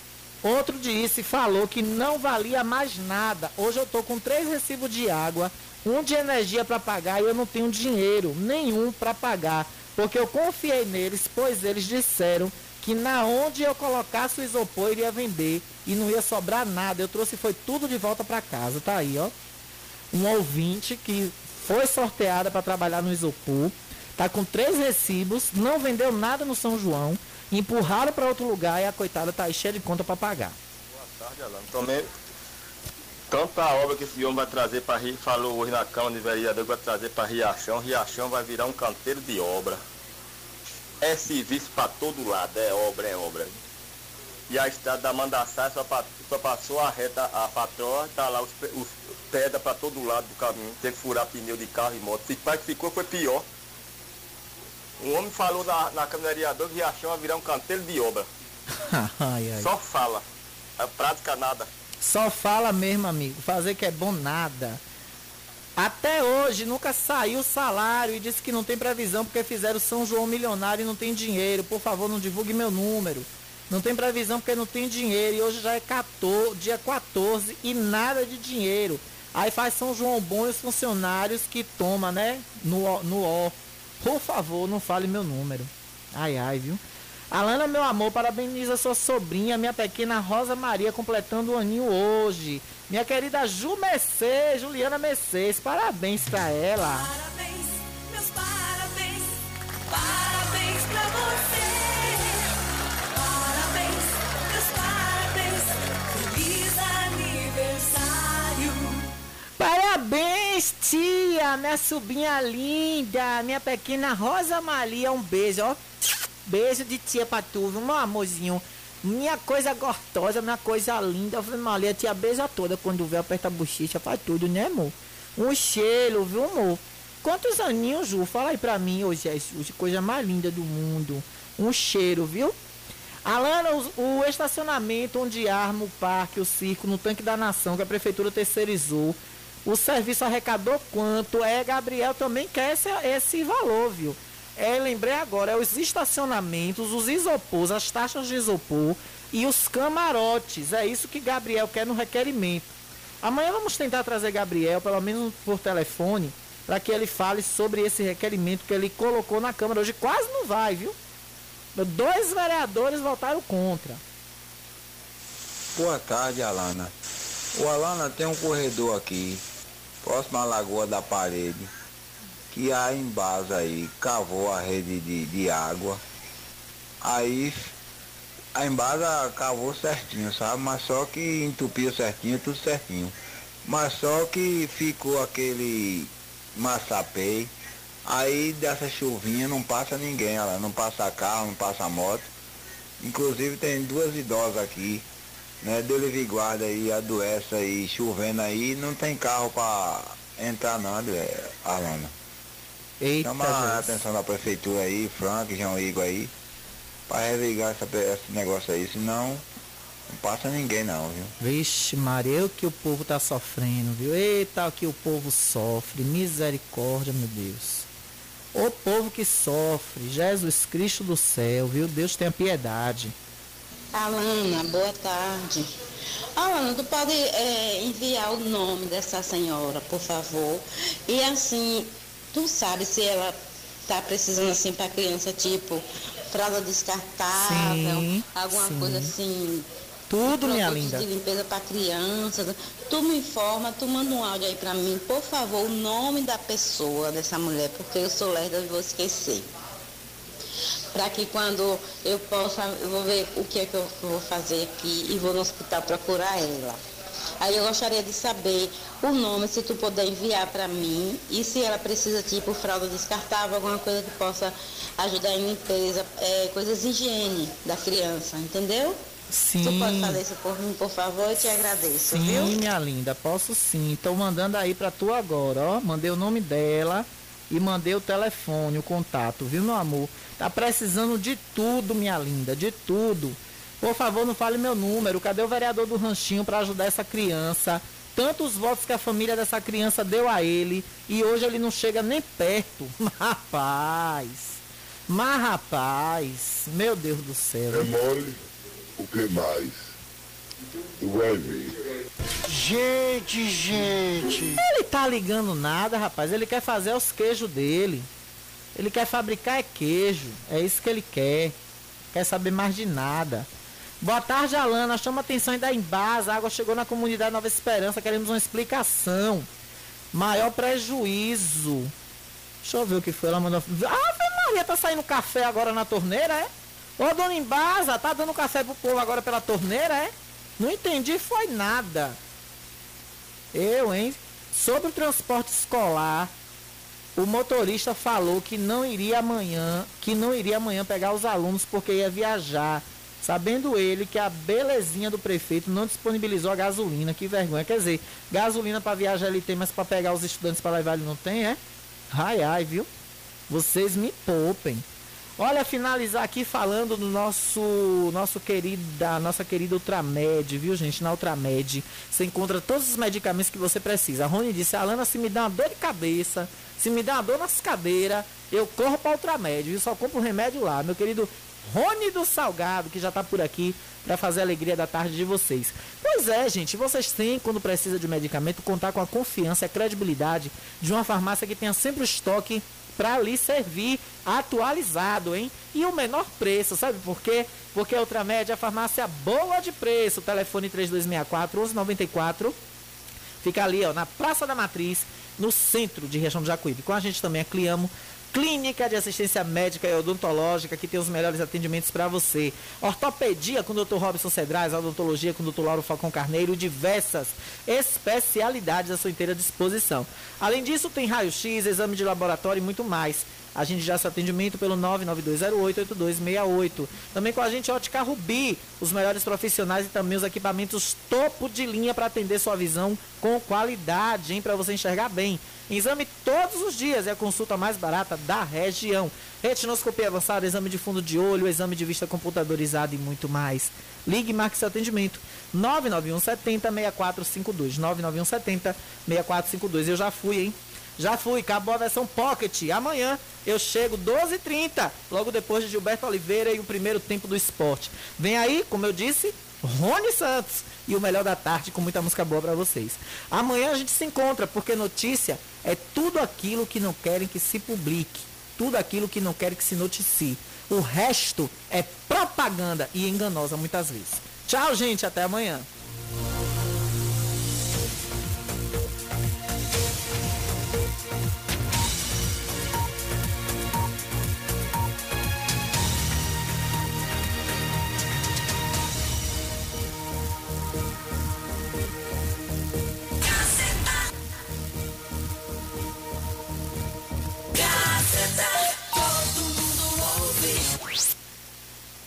Outro disse, falou que não valia mais nada. Hoje eu tô com três recibos de água, um de energia para pagar e eu não tenho dinheiro nenhum para pagar. Porque eu confiei neles, pois eles disseram que na onde eu colocasse o isopor iria vender e não ia sobrar nada. Eu trouxe foi tudo de volta para casa. Tá aí, ó. Um ouvinte que foi sorteada para trabalhar no isopor. Tá com três recibos, não vendeu nada no São João. Empurraram para outro lugar e a coitada tá aí cheia de conta para pagar. Boa tarde, Alano. Também, tanta obra que esse homem vai trazer para Rio, falou hoje na Câmara de Vereador que vai trazer para Riachão. Riachão vai virar um canteiro de obra. É serviço para todo lado, é obra, é obra. E a estrada da Mandaçá só, só passou a reta, a patroa, tá lá os, os pedras para todo lado do caminho. Tem que furar pneu de carro e moto. Se pai que ficou foi pior. Um homem falou na, na Câmara de Vereador que Riachão vai virar um canteiro de obra. ai, ai. Só fala. É prática nada. Só fala mesmo, amigo. Fazer que é bom nada. Até hoje nunca saiu o salário e disse que não tem previsão porque fizeram São João milionário e não tem dinheiro. Por favor, não divulgue meu número. Não tem previsão porque não tem dinheiro. E hoje já é quatorze, dia quatorze e nada de dinheiro. Aí faz São João bom e os funcionários que toma, né? No, no ó. Por favor, não fale meu número. Ai, ai, viu? Alana, meu amor, parabeniza sua sobrinha, minha pequena Rosa Maria, completando o aninho hoje. Minha querida Ju Mercedes, Juliana Mercedes, parabéns pra ela. Parabéns, meus parabéns, parabéns pra você. Parabéns, meus parabéns, feliz aniversário. Parabéns, tia, minha sobrinha linda, minha pequena Rosa Maria, um beijo, ó. Beijo de tia pra tu, viu, meu amorzinho. Minha coisa gostosa, minha coisa linda. Eu falei, Maria, tia beija toda quando vê, aperta a bochecha, faz tudo, né, amor? Um cheiro, viu, amor? Quantos aninhos, Ju? Fala aí pra mim, ô Jesus, coisa mais linda do mundo. Um cheiro, viu? Alana, o, o estacionamento onde arma o parque, o circo, no Tanque da Nação, que a prefeitura terceirizou, o serviço arrecadou quanto? É, Gabriel também quer esse, esse valor, viu? É, lembrei agora, é os estacionamentos, os isopors, as taxas de isopor e os camarotes. É isso que Gabriel quer no requerimento. Amanhã vamos tentar trazer Gabriel, pelo menos por telefone, para que ele fale sobre esse requerimento que ele colocou na Câmara. Hoje quase não vai, viu? Dois vereadores votaram contra. Boa tarde, Alana. O Alana tem um corredor aqui, próximo à Lagoa da Parede, que a Embasa aí cavou a rede de, de água. Aí a Embasa cavou certinho, sabe? Mas só que entupiu certinho, tudo certinho. Mas só que ficou aquele maçapei. Aí dessa chuvinha não passa ninguém, ela não passa carro, não passa moto. Inclusive tem duas idosas aqui, né? Deus livre e guarda aí, adoece aí, chovendo aí, não tem carro para entrar não, é, Alana. Eita, chama a atenção da prefeitura aí, Frank, João Igor aí, para revigar essa, esse negócio aí, senão não passa ninguém não, viu? Vixe, Maria, o que o povo tá sofrendo, viu? Eita, o que o povo sofre, misericórdia, meu Deus. O povo que sofre, Jesus Cristo do céu, viu? Deus tenha piedade. Alana, boa tarde. Alana, tu pode é, enviar o nome dessa senhora, por favor? E assim, tu sabe se ela tá precisando assim para criança, tipo fralda descartável, sim, alguma sim. coisa assim, tudo, minha linda, de limpeza para criança. Tu me informa, tu manda um áudio aí para mim, por favor, o nome da pessoa, dessa mulher, porque eu sou lerda e vou esquecer. Para que quando eu possa, eu vou ver o que é que eu vou fazer aqui e vou no hospital procurar ela. Aí eu gostaria de saber o nome, se tu puder enviar para mim, e se ela precisa, tipo, fralda descartável, alguma coisa que possa ajudar em limpeza, é, coisas de higiene da criança, entendeu? Sim. Tu pode fazer isso por mim, por favor? Eu te agradeço, sim, viu? Sim, minha linda, posso sim. Tô mandando aí pra tu agora, ó. Mandei o nome dela e mandei o telefone, o contato, viu, meu amor? Tá precisando de tudo, minha linda, de tudo. Por favor, não fale meu número. Cadê o vereador do Ranchinho para ajudar essa criança? Tantos votos que a família dessa criança deu a ele e hoje ele não chega nem perto. Rapaz, mas rapaz, meu Deus do céu. É mole, o que mais? Tu vai ver. Gente, gente. Ele tá ligando nada, rapaz. Ele quer fazer os queijos dele. Ele quer fabricar é queijo. É isso que ele quer. Quer saber mais de nada. Boa tarde, Alana. Chama a atenção aí da Embasa. A água chegou na comunidade Nova Esperança. Queremos uma explicação. Maior prejuízo. Deixa eu ver o que foi. Ela mandou. Ah, Maria, tá saindo café agora na torneira, é? Ô, dona Embasa, tá dando café pro povo agora pela torneira, é? Não entendi, foi nada. Eu, hein? Sobre o transporte escolar, o motorista falou que não iria amanhã, que não iria amanhã pegar os alunos porque ia viajar. Sabendo ele que a belezinha do prefeito não disponibilizou a gasolina. Que vergonha. Quer dizer, gasolina para viajar ele tem, mas para pegar os estudantes para levar ele não tem, é? Ai, ai, viu? Vocês me poupem. Olha, finalizar aqui falando do nosso, nosso querida, nossa querida Ultramed, viu, gente? Na Ultramed você encontra todos os medicamentos que você precisa. A Rony disse, Alana, se me dá uma dor de cabeça, se me dá uma dor nas cadeiras, eu corro para Ultramed, viu? Só compro o remédio lá. Meu querido Rony do Salgado, que já tá por aqui para fazer a alegria da tarde de vocês. Pois é, gente, vocês têm, quando precisa de medicamento, contar com a confiança e a credibilidade de uma farmácia que tenha sempre o estoque para lhe servir atualizado, hein? E o menor preço, sabe por quê? Porque a Ultramed é a farmácia boa de preço. Telefone três dois seis quatro, um um nove quatro. Fica ali, ó, na Praça da Matriz, no centro de Riachão do Jacuípe. Com a gente também é Cliamo, Clínica de Assistência Médica e Odontológica, que tem os melhores atendimentos para você. Ortopedia com o doutor Robson Cedrais, odontologia com o doutor Lauro Falcão Carneiro, diversas especialidades à sua inteira disposição. Além disso, tem raio-x, exame de laboratório e muito mais. A gente já se atendimento pelo nove nove dois zero oito, oito dois seis oito. Também com a gente Ótica Rubi, os melhores profissionais e também os equipamentos topo de linha para atender sua visão com qualidade, hein, para você enxergar bem. Exame todos os dias, é a consulta mais barata da região. Retinoscopia avançada, exame de fundo de olho, exame de vista computadorizado e muito mais. Ligue e marque seu atendimento. nove nove um sete zero, seis quatro cinco dois. nove nove um sete zero, seis quatro cinco dois. Eu já fui, hein? Já fui, acabou a versão Pocket. Amanhã eu chego doze e trinta, logo depois de Gilberto Oliveira e o primeiro tempo do esporte. Vem aí, como eu disse, Rony Santos e o melhor da tarde com muita música boa para vocês. Amanhã a gente se encontra, porque notícia é tudo aquilo que não querem que se publique, tudo aquilo que não querem que se noticie. O resto é propaganda e enganosa muitas vezes. Tchau, gente, até amanhã.